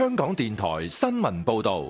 香港電台新聞報導。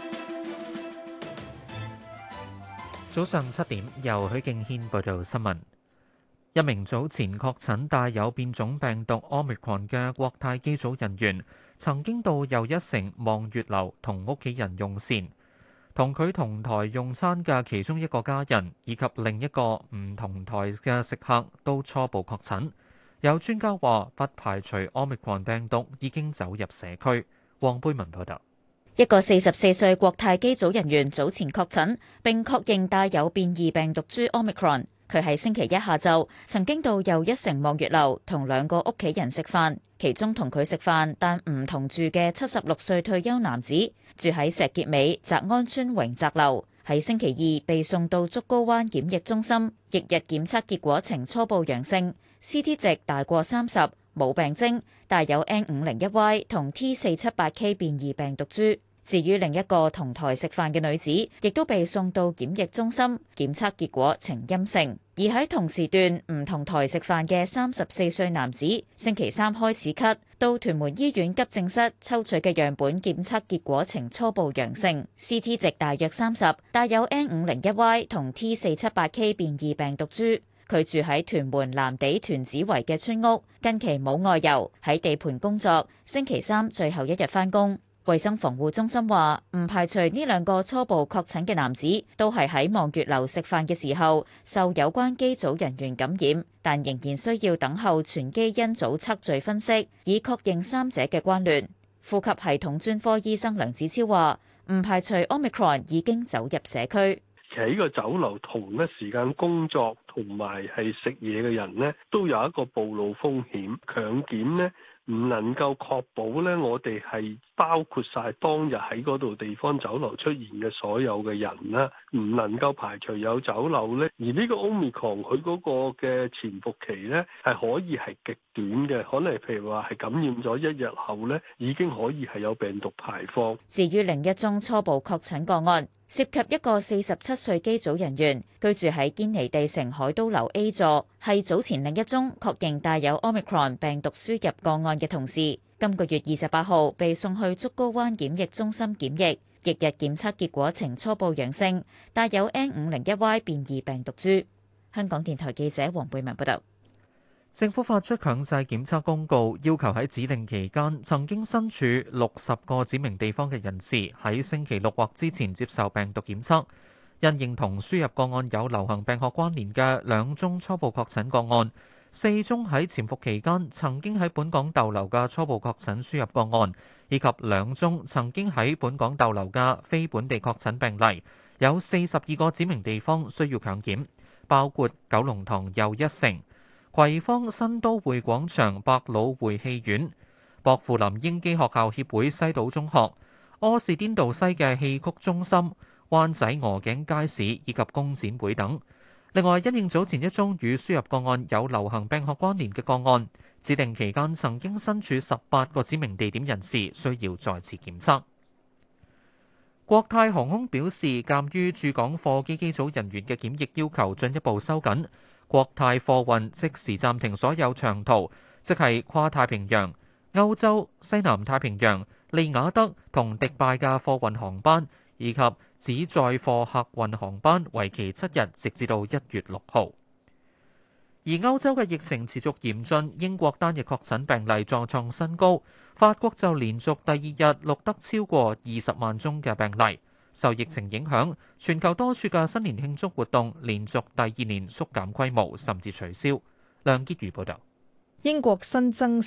早上7點，由許敬軒報導新聞。一名早前確診帶有變種病毒 Omicron 嘅國泰機組人員，曾經到又一城望月樓同屋企人用膳。同佢同台用餐嘅其中一個家人，以及另一個唔同台嘅食客都初步確診。有專家話，不排除 Omicron 病毒已經走入社區。黃貝文報道。 一個44歲國泰機組人員早前確診，並確認帶有變異病毒株 Omicron。佢喺星期一下晝曾經到又一城望月樓同兩個屋企人食飯，其中同佢食飯但唔同住嘅76歲退休男子，住喺石硤尾澤安村榮澤樓，喺星期二被送到竹篙灣檢疫中心，翌日檢測結果呈初步陽性 ，CT 值大過30，冇病徵，帶有 N501Y 同 T478K 變異病毒株。至於另一個同台食飯嘅女子，亦都被送到檢疫中心，檢測結果呈陰性。而喺同時段唔同台食飯嘅34歲男子，星期三開始咳，到屯門醫院急症室抽取嘅樣本檢測結果呈初步陽性 ，CT 值大約30，帶有 N501Y 同 T478K 變異病毒株。佢住喺屯門藍地屯子圍嘅村屋，近期冇外遊，喺地盤工作，星期三最後一日返工。衛生防護中心話，唔排除呢兩個初步確診嘅男子都係喺望月樓食飯嘅時候受有關機組人員感染，但仍然需要等候全基因組測序分析，以確認三者嘅關聯。呼吸系統專科醫生梁子超話，唔排除 Omicron 已經走入社區。 其實呢個酒樓同一時間工作同埋係食嘢嘅人呢，都有一個暴露風險。強檢呢，唔能夠確保呢，我哋係包括晒當日喺嗰度地方酒樓出現嘅所有嘅人啦，唔能夠排除有酒樓呢。而呢個 Omicron 佢嗰個嘅潛伏期呢，係可以係極短嘅，可能譬如話係感染咗1日後呢，已經可以係有病毒排放。 至於另一宗初步確診個案，涉及一個47歲機組人員，居住喺堅尼地城海都樓 A 座，係早前另一宗確認帶有 Omicron 病毒輸入個案嘅同事。今個月28號被送去竹篙灣檢疫中心檢疫，翌日檢測結果呈初步陽性，帶有 N501Y 變異病毒株。香港電台記者黃貝文報道。 政府發出強制檢測公告，要求喺指定期間曾經身處60個指明地方嘅人士喺星期六或之前接受病毒檢測。因認同輸入個案有流行病學關聯嘅2宗初步確診個案，4宗喺潛伏期間曾經喺本港逗留嘅初步確診輸入個案，以及2宗曾經喺本港逗留嘅非本地確診病例，有42個指明地方需要強檢，包括九龍塘又一城、葵芳新都會廣場百老匯戲院、薄扶林英基學校協會西島中學、柯士甸道西嘅戲曲中心、灣仔鵝頸街市以及工展會等。另外，因應早前一宗與輸入個案有流行病學關聯嘅個案，指定期間曾經身處18個指明地點人士需要再次檢測。國泰航空表示，鑑於駐港貨機機組人員嘅檢疫要求進一步收緊，國泰貨運即時暫停所有長途，即係跨太平洋、歐洲、西南太平洋、利雅得同迪拜嘅貨運航班，以及只載貨客運航班，為期7日，直至到1月6號。而歐洲嘅疫情持續嚴峻，英國單日確診病例再創新高，法國就連續第2日錄得超過20萬宗嘅病例。受疫情影響，全球多處嘅新年慶祝活動連續第2年縮減規模，甚至取消。梁潔如報導。 英國新增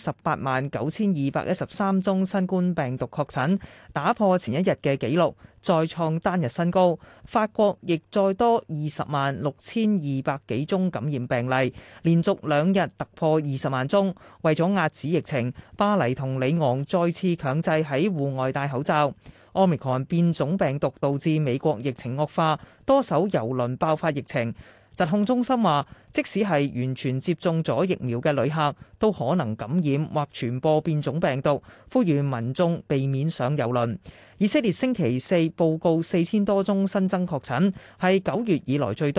189213宗新冠病毒確診，打破前一日嘅紀錄，再創單日新高。法國亦再多206200幾宗感染病例，連續2日突破20萬宗。為咗壓止疫情，巴黎同里昂再次強制喺戶外戴口罩。Omicron 變種病毒導致美國疫情惡化，多艘郵輪爆發疫情。疾控中心話，即使係完全接種咗疫苗嘅旅客，都可能感染或傳播變種病毒，呼籲民眾避免上郵輪。以色列星期四報告4000多宗新增確診，係9月以來最多。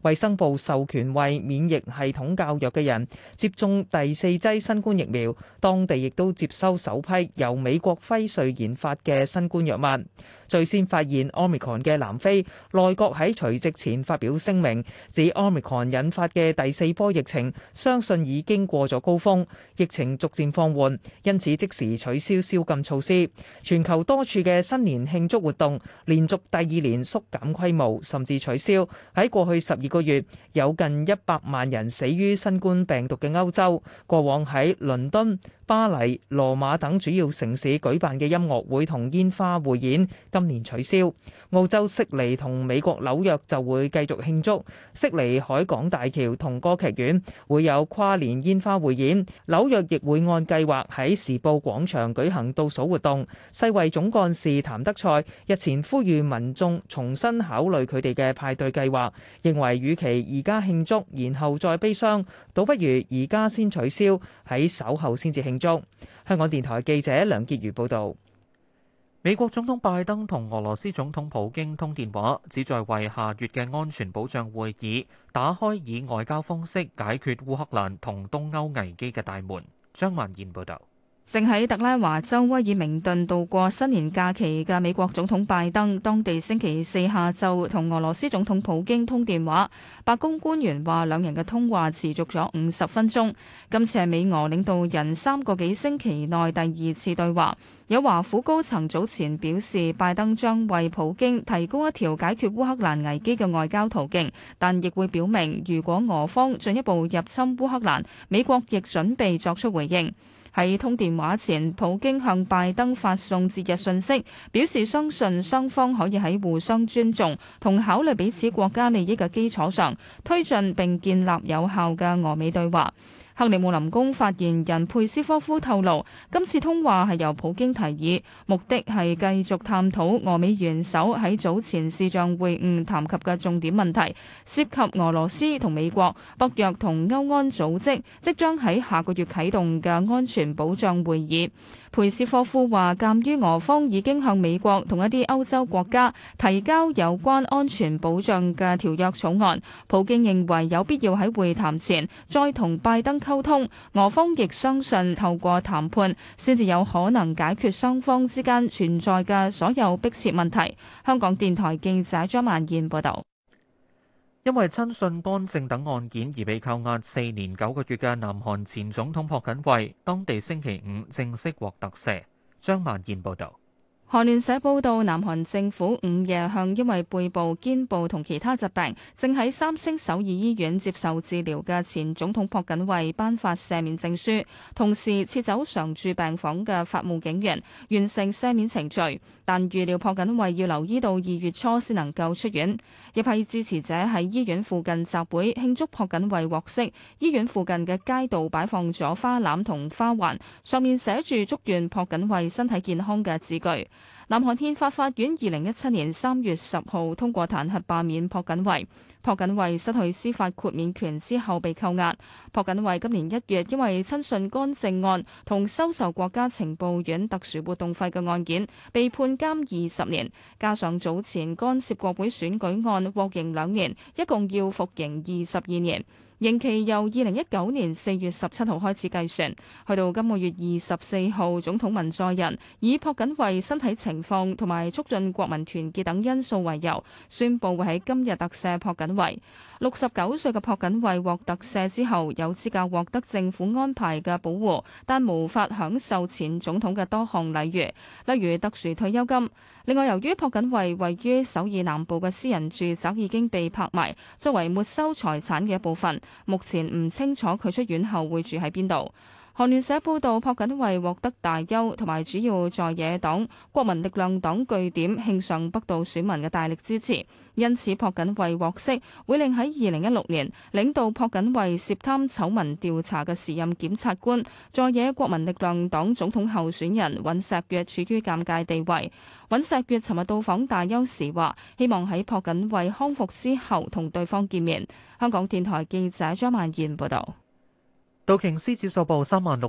衛生部授權為免疫系統較弱嘅人接種第4劑新冠疫苗，當地亦都接收首批由美國輝瑞研發嘅新冠藥物。最先發現 Omicron 嘅南非內閣喺除夕前發表聲明，指 Omicron 引發嘅第4波疫情相信已經過咗高峰，疫情逐漸放緩，因此即時取消宵禁措施。全球多處嘅新年慶祝活動連續第2年縮減規模，甚至取消。喺過去12個月，有近100萬人死於新冠病毒嘅歐洲，過往喺倫敦、巴黎、羅馬等主要城市舉辦嘅音樂會同煙花匯演今年取消。澳洲悉尼同美國紐約就會繼續慶祝，悉尼海港大橋同歌劇院會有跨年煙花匯演，紐約亦會按計劃喺時報廣場舉行倒數活動。世衛總幹事譚德塞日前呼籲民眾重新考慮佢哋嘅派對計劃，認為與其而家慶祝然後再悲傷，倒不如而家先取消，喺稍後先至慶祝。香港電台記者梁潔如報導。 美國總統拜登同俄羅斯總統普京通電話，旨在為下月嘅安全保障會議打開以外交方式解決烏克蘭同東歐危機嘅大門。張曼燕報導。 正喺特拉華州威爾明頓度過新年假期嘅美國總統拜登，當地星期四下晝同俄羅斯總統普京通電話。白宮官員話，兩人嘅通話持續咗50分鐘。今次係美俄領導人3個幾星期內第2次對話。有華府高層早前表示，拜登將為普京提供一條解決烏克蘭危機嘅外交途徑，但亦會表明，如果俄方進一步入侵烏克蘭，美國亦準備作出回應。喺通電話前，普京向拜登發送節日信息，表示相信雙方可以喺互相尊重同考慮彼此國家利益嘅基礎上，推進並建立有效嘅俄美對話。克里姆林宮發言人佩斯科夫透露，今次通話係由普京提議，目的係繼續探討俄美元首喺早前視像會晤談及嘅重點問題，涉及俄羅斯同美國、北約同歐安組織即將喺下個月啟動嘅安全保障會議。佩斯科夫話，鑑於俄方已經向美國同一啲歐洲國家提交有關安全保障嘅條約草案，普京認為有必要喺會談前再同拜登溝通。俄方亦相信透過談判先至有可能解決雙方之間存在嘅所有迫切問題。香港電台記者張曼燕報道。 因為親信干政等案件而被扣押4年9個月嘅南韓前總統朴槿惠，當地星期五正式獲特赦。張曼燕報導。 韓聯社報道，南韓政府午夜向因為背部、肩部同其他疾病正喺3星首爾醫院接受治療嘅前總統朴槿惠頒發赦免證書，同時撤走常駐病房嘅法務警員，完成赦免程序。但預料朴槿惠要留醫到2月初先能夠出院。一批支持者喺醫院附近集會慶祝朴槿惠獲釋，醫院附近嘅街道擺放咗花籃同花環，上面寫住祝願朴槿惠身體健康嘅字句。南韓憲法法院2017年3月10號通過彈劾罷免朴槿惠。朴槿惠失去司法豁免權之後被扣押。朴槿惠今年1月因為親信干政案同收受國家情報院特殊活動費嘅案件被判監20年，加上早前干涉國會選舉案獲刑2年，一共要服刑22年。刑期由2019年4月17號開始計算，去到今個月24號，總統文在寅以朴槿惠身體情況同埋促進國民團結等因素為由，宣布會喺今日特赦朴槿惠。69歲嘅朴槿惠獲特赦之後，有資格獲得政府安排嘅保護，但無法享受前總統嘅多項禮遇，例如特殊退休金。另外，由於朴槿惠位於首爾南部嘅私人住宅已經被拍賣，作為沒收財產嘅一部分，目前唔清楚佢出院後會住喺邊度。韓聯社報道，朴槿惠獲得大邱同埋主要在野黨國民力量黨據點慶尚北道選民嘅大力支持，因此朴槿惠獲釋會令喺2016年領導朴槿惠涉貪醜聞調查嘅時任檢察官在野國民力量黨總統候選人尹錫悅處於尷尬地位。尹錫悅尋日到訪大邱時話，希望喺朴槿惠康復之後同對方見面。香港電台記者張曼燕報導。 道瓊斯指數報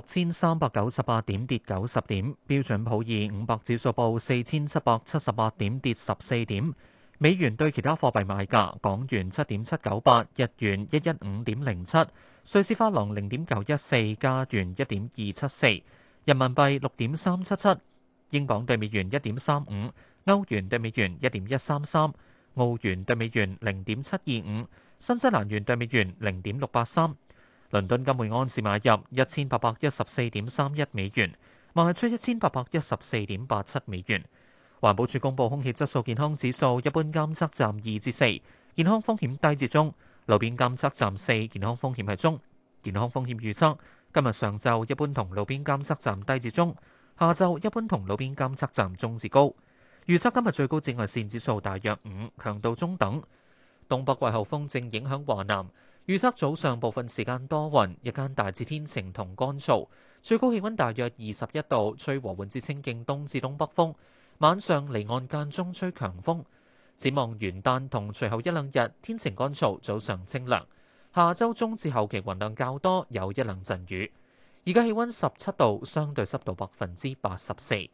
36,398點，跌90點；標準普爾500指數報4,778點，跌14點。 美元對其他貨幣賣價：港元7.798，日元115.07，瑞士法郎0.914，加元1.274，人民幣6.377，英鎊對美元1.35，歐元對美元1.133，澳元對美元0.725，新西蘭元對美元0.683。倫敦金每盎司買入1814.31美元，賣出1814.87美元。環保署公布空氣質素健康指數，一般監測站2至4，健康風險低至中；路邊監測站4，健康風險係中。健康風險預測今日上晝一般同路邊監測站低至中，下晝一般同路邊監測站中至高。預測今日最高紫外線指數大約5，強度中等。東北季候風正影響華南，預測早上部分時間多雲，日間大致天晴同乾燥，最高氣溫大約21度，吹和緩至清勁東至東北風。晚上離岸間中吹強風，展望元旦同隨後一兩日天晴乾燥，早上清涼。下週中至後期雲量較多，有一兩陣雨。而家氣溫17度，相對濕度84%。